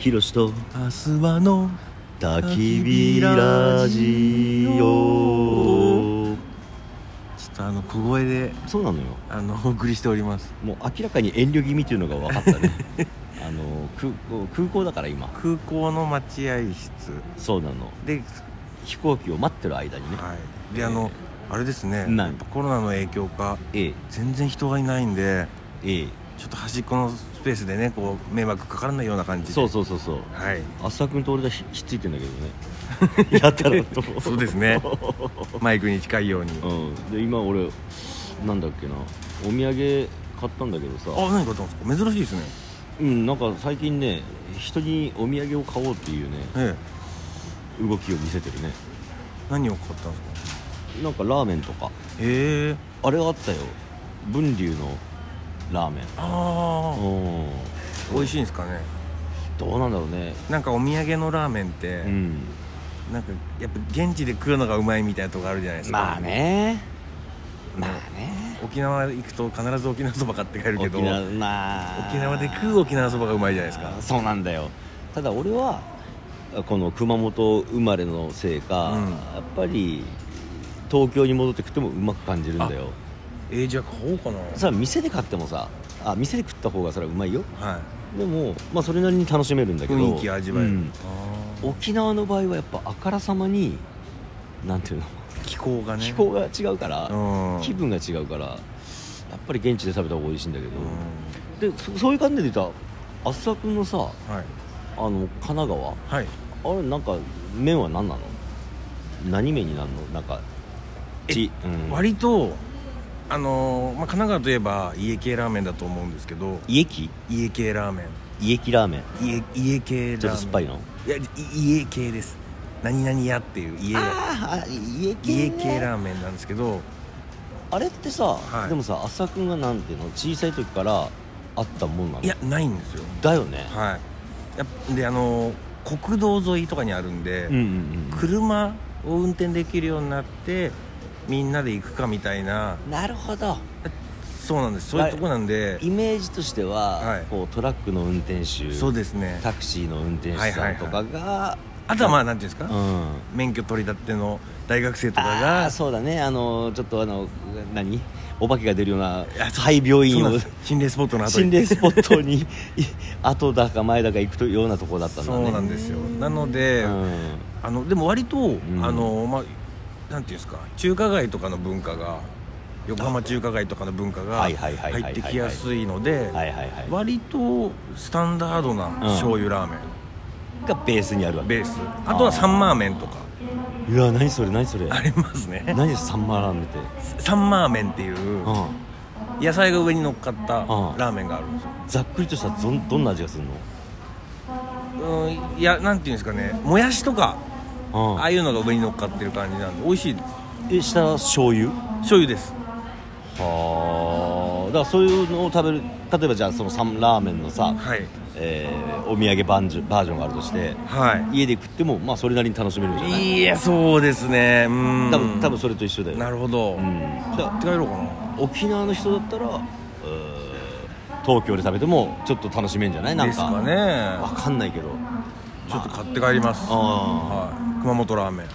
ひろしとアスワの焚き火ラジオ。 ちょっと小声でそうなのよ。 お送りしております。 もう明らかに遠慮気味っていうのが分かったね空港だから今空港の待合室そうなので、 飛行機を待ってる間にね、 はい、であれですね、 何やっぱコロナの影響か、 全然人がいないんで、 ちちょっと端っこのスペースでね、こう迷惑かからないような感じで。 そう、 はい、 浅田君と俺がひっついてんだけどねやったらとそうですねマイクに近いように、 で今俺なんだっけな、お土産買ったんだけどさ、 何買ったんですか？珍しいですね。 なんか最近ね、人にお土産を買おうっていうね、動きを見せてるね。 何を買ったんですか？ なんかラーメンとか、あれがあったよ、文龍のラーメン。 美味しいんですかね。 どうなんだろうね。 なんかお土産のラーメンって、なんかやっぱ現地で食うのがうまいみたいなとこあるじゃないですか。 まあね沖縄行くと必ず沖縄そば買って帰るけど、沖縄で食う沖縄そばがうまいじゃないですか。 そうなんだよ。ただ俺はこの熊本生まれのせいか、やっぱり東京に戻って食ってもうまく感じるんだよ。 じゃあ買おうかな。 さあ店で買ってもさ、店で食った方がそれはうまいよ。でもそれなりに楽しめるんだけど、 雰囲気味わえる。 沖縄の場合はやっぱあからさまになんていうの、 気候が違うから、気分が違うから、やっぱり現地で食べた方が美味しいんだけど、でそういう感じで言うと浅田君のさ、神奈川、あれなんか麺は何なの？何麺になるの？なんか割と神奈川といえば家系ラーメンだと思うんですけど。家系ラーメン、 家系ラーメン、 家系ラーメン、 ちょっと酸っぱいの？ いや、家系です。何々屋っていう家系ラーメンなんですけど、 あれってさ、でもさ、浅田君がなんていうの、小さい時からあったもんなの？ いや、ないんですよ。 だよね。 で国道沿いとかにあるんで、車を運転できるようになってみんなで行くかみたいな。なるほど。そうなんです。そういうとこなんで、イメージとしては、こうトラックの運転手、そうですね、タクシーの運転手さんとかが、あとはなんていうんですか、免許取り立ての大学生とかが、そうだね、ちょっとお化けが出るような廃病院を、心霊スポットに後だか前だか行くというようなところだったんだね。そうなんですよ。なので、でも割となんていうんですか、中華街とかの文化が、横浜中華街とかの文化が入ってきやすいので、割とスタンダードな醤油ラーメンがベースにあるわけ。あとはサンマー麺とか。いや、何それありますね。何サンマーラーメンって？サンマー麺っていう野菜が上に乗っかったラーメンがあるんですよ。ざっくりとしたどんな味がするの？いや、なんていうんですかね、もやしとかああいうのが上に乗っかってる感じなんで美味しいです。下は醤油です。だからそういうのを食べる。例えばじゃあそのサンラーメンのさ、お土産バージョンがあるとして、家で食ってもそれなりに楽しめるじゃない？いや、そうですね。多分それと一緒だよ。なるほど。じゃあ帰ろうかな。沖縄の人だったら東京で食べてもちょっと楽しめるんじゃない？なんかですかね。分かんないけど、ちょっと買って帰ります。熊本ラーメン。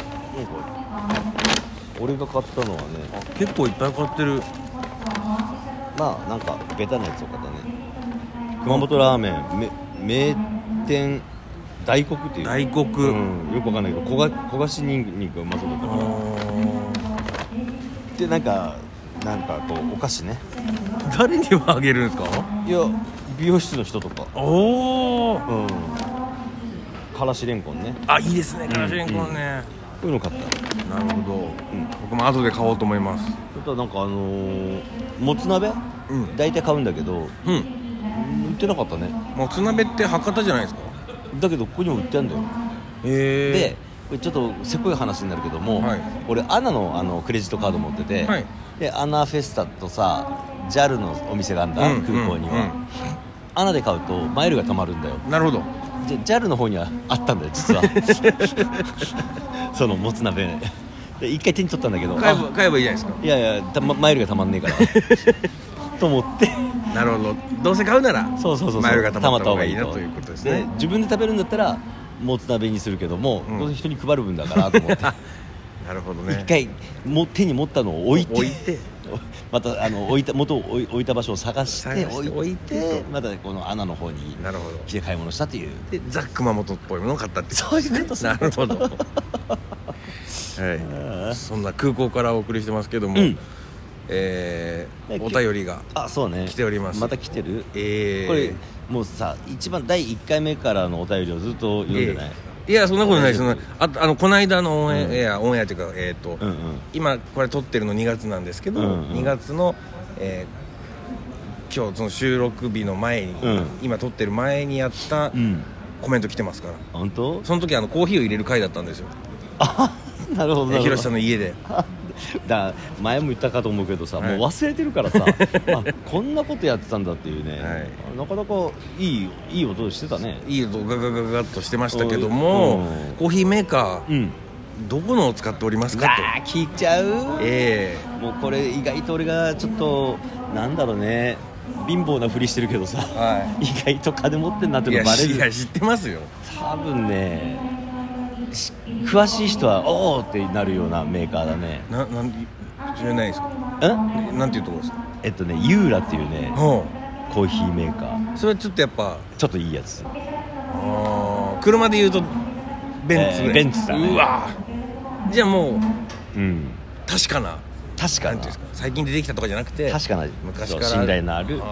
俺が買ったのはね、結構いっぱい買ってる。なんかベタなやつを買ったね。熊本ラーメン名店大黒っていう。大黒、よくわかんないけど焦がしニンニクがうまそうだったで、なんかこうお菓子ね。誰にはあげるんですか？いや、美容室の人とか。からしれんこんね。いいですね、からしれんこんね。こういうの買った。なるほど。僕も後で買おうと思います。あとはなんかもつ鍋、大体買うんだけど、売ってなかったね。もつ鍋って博多じゃないですか？だけどここにも売ってあるんだよ。で、これちょっとせこい話になるけども、俺アナのクレジットカード持ってて、でアナフェスタとさ JAL のお店があるんだ、空港には。アナで買うとマイルが貯まるんだよ。なるほど。JAL の方にはあったんだよ、実は。そのもつ鍋で一回手に取ったんだけど、買えばいいじゃないですか。いやいや、マイルがたまんねえからと思ってなるほど、どうせ買うならそうマイルがたまった方がいいなということですね。 で自分で食べるんだったらもつ鍋にするけども、どうせ人に配る分だからと思ってなるほどね。 一回手に持ったのを置いてまた元を置いた場所を探して置いてまたこの穴の方に来て買い物したという。 でザ・熊本っぽいものを買ったっていう。 そういうこと。 なるほどはい、そんな空港からお送りしてますけども、お便りが来ております。 また来てる。これもうさ、一番第1回目からのお便りをずっと読んでない。 いやそんなことないです。この間のオンエアというか、今これ撮ってるの2月なんですけど、2月の、今日その収録日の前に、今撮ってる前にやったコメント来てますから。 本当？ その時コーヒーを入れる回だったんですよ。 あ、なるほど。 広瀬さんの家でだ前も言ったかと思うけどさ、もう忘れてるからさこんなことやってたんだっていうね、なかなかいい音してたね。 いい音ガガガガッとしてましたけども、コーヒーメーカー、どこのを使っておりますかと聞いちゃう。もうこれ意外と俺がちょっとなんだろうね、貧乏なふりしてるけどさ、意外と金持ってんなってのバレる。 いや知ってますよ。 多分ね、詳しい人はおおってなるようなメーカーだね。 知らないですか？なんていうところですか？ ユーラっていうね、コーヒーメーカー。 それはちょっとやっぱちょっといいやつ。 車でいうとベンツぐらい。 ベンツだね。 うわじゃあもう、確かななんていうんですか、最近出てきたとかじゃなくて確かな昔から信頼のある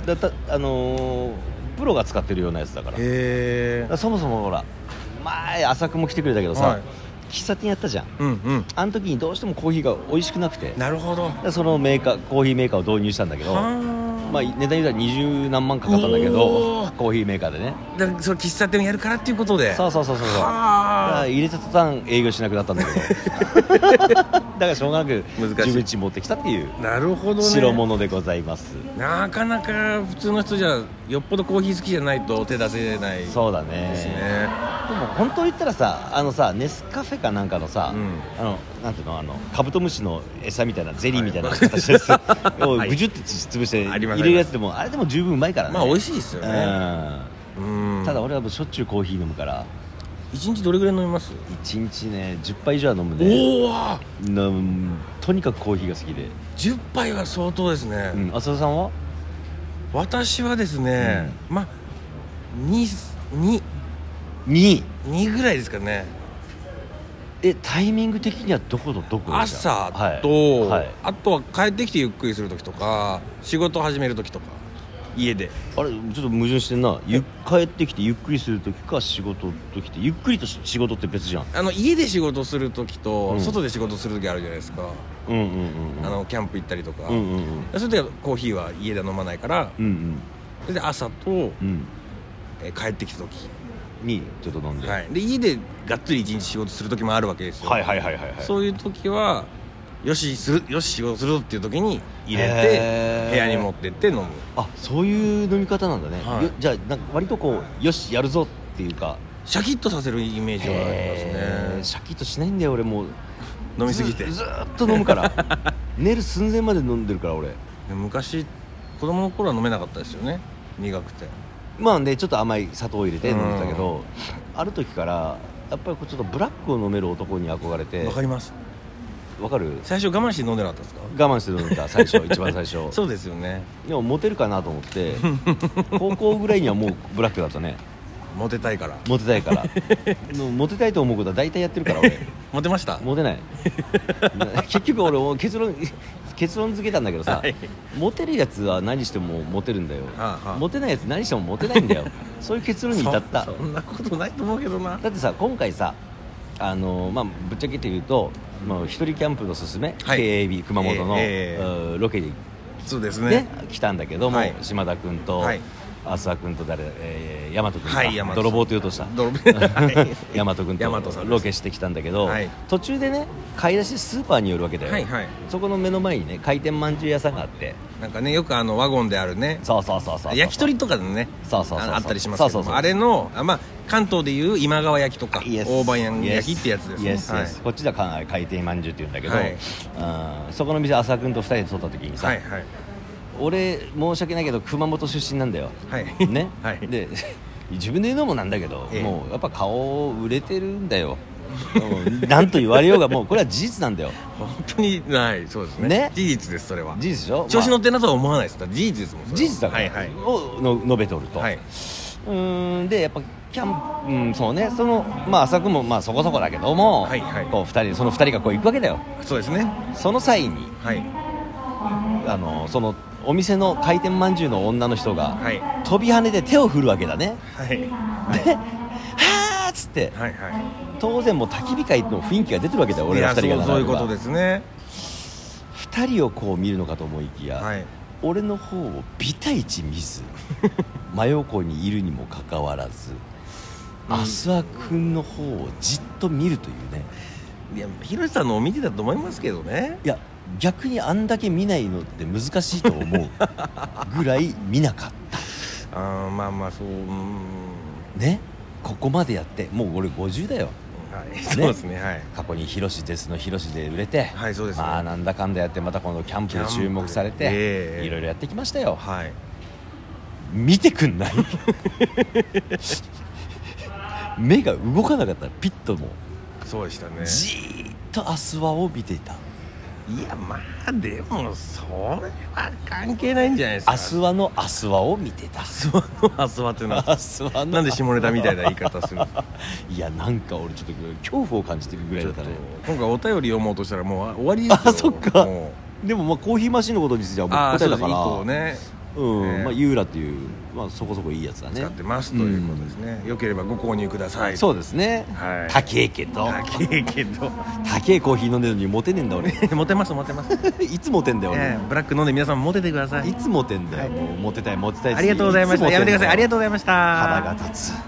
プロが使ってるようなやつだから。そもそもほら前浅くも来てくれたけどさ、喫茶店やったじゃん、あの時にどうしてもコーヒーが美味しくなくて、 なるほど、 そのコーヒーメーカーを導入したんだけど、まあ、値段言うたら20何万かかったんだけど、コーヒーメーカーでね。 だからそれ喫茶店をやるからっていうことで、 そう入れた途端営業しなくなったんだけどだからしょうがなく自分家持ってきたっていう。なるほどね、白物でございます。 なかなか普通の人じゃよっぽどコーヒー好きじゃないと手出せないですね。 そうだね。でも本当言ったらさ、ネスカフェかなんかのさ、なんていうの、カブトムシの餌みたいなゼリーみたいな形ですをぐじゅって潰して入れるやつでも、あれでも十分うまいからね。 まあ美味しいですよね。 ただ俺はもうしょっちゅうコーヒー飲むから。 1日どれぐらい飲みます ？1日ね10杯以上は飲むね。とにかくコーヒーが好きで。 10杯は相当ですね。 浅田さんは？ 私はですね、まあ2ぐらいですかね。 タイミング的にはどこですか？ 朝と、あとは帰ってきてゆっくりする時とか、仕事始める時とか、家で。あれちょっと矛盾してんな。帰ってきてゆっくりする時か仕事ときて、ゆっくりと仕事って別じゃん。 家で仕事する時と、外で仕事する時あるじゃないですか。キャンプ行ったりとか、それでコーヒーは家では飲まないから、それで朝と、帰ってきた時にちょっと飲んで、 で家でがっつり一日仕事する時もあるわけですよ。そういう時はよし仕事するぞっていう時に入れて部屋に持ってって飲む。 そういう飲み方なんだね。じゃあなんか割とこうよしやるぞっていうか、 シャキッとさせるイメージはありますね。 シャキッとしないんだよ俺。もう飲みすぎてずっと飲むから寝る寸前まで飲んでるから俺。 昔子供の頃は飲めなかったですよね、苦くて。 まあね、ちょっと甘い砂糖を入れて飲んでたけど、ある時からやっぱりちょっとブラックを飲める男に憧れて。 わかります。 わかる？ 最初我慢して飲んでなかったですか？ 我慢して飲んでた最初一番最初そうですよね。 でもモテるかなと思って高校ぐらいにはもうブラックだったね。 モテたいからモテたいと思うことは大体やってるから俺モテました？ モテない結局俺も結論付けたんだけどさ、モテるやつは何してもモテるんだよ。モテないやつ何してもモテないんだよそういう結論に至った。 そんなことないと思うけどな。 だってさ、今回さぶっちゃけて言うと、一人キャンプのすすめ、KAB 熊本の、ロケに、 そうですね、 来たんだけども、島田君と、浅田君と大和君が、泥棒と言うとした大和君とロケしてきたんだけど、途中でね買い出しスーパーに寄るわけだよ。そこの目の前にね回転まんじゅう屋さんがあって、 なんかねよくワゴンであるね、焼き鳥とかでねあったりしますけども、あれの関東でいう今川焼きとか大判焼きってやつですね。 こっちでは回転まんじゅうって言うんだけど、そこの店浅田君と2人で撮った時にさ、 俺申し訳ないけど熊本出身なんだよ、 はいね、 はい、 で自分で言うのもなんだけど、もうやっぱ顔売れてるんだよなんと言われようがもうこれは事実なんだよ本当にないそうですね事実です。それは事実でしょ。 調子乗ってんなとは思わないです。事実ですもん。 事実だから、はいはい、を述べとると、はい、でやっぱそうね、その浅くもそこそこだけども、はいはい、こうその2人がこう行くわけだよ。 そうですね。その際に、はい、そのお店の回転まんじゅうの女の人が、はい、飛び跳ねて手を振るわけだね、はい、で、はーっつって、はいはい、当然もう焚き火会の雰囲気が出てるわけだよ。俺ら2人がそういうことですね。 2人をこう見るのかと思いきや、はい、俺の方をビタイチ見ず真横にいるにもかかわらずアスワ君の方をじっと見るというね。 いや、ひろしさんのを見てたと思いますけどね。 いや逆にあんだけ見ないのって難しいと思うぐらい見なかったそうね。ここまでやってもう俺50だよ、 はい、そうですね、はい、 過去にヒロシですのヒロシで売れて、 はい、そうですね、 なんだかんだやってまたこのキャンプで注目されて、いろいろやってきましたよ、はい、見てくんない目が動かなかった。ピットもそうでしたね。 じーっとアスワを見ていた。 いやでもそれは関係ないんじゃないですか。 アスワのアスワを見てた。 アスワのアスワっていうのはなんで下ネタみたいな言い方するのいやなんか俺ちょっと恐怖を感じてるぐらいだったね。 今回お便り読もうとしたらもう終わりですよ。 そっか。でもコーヒーマシンのことについてはもう答えだから。 そうね。 ユーラっていう、そこそこいいやつだね。 使ってますということですね。よければご購入ください。 そうですね。高えけど高えコーヒー飲んでるのにモテねえんだ俺モテますいつモテんだよ俺。 ブラック飲んで皆さんモテてください。 いつモテんだよ。もうモテたいありがとうございました。やめてください。ありがとうございました。 腹が立つ。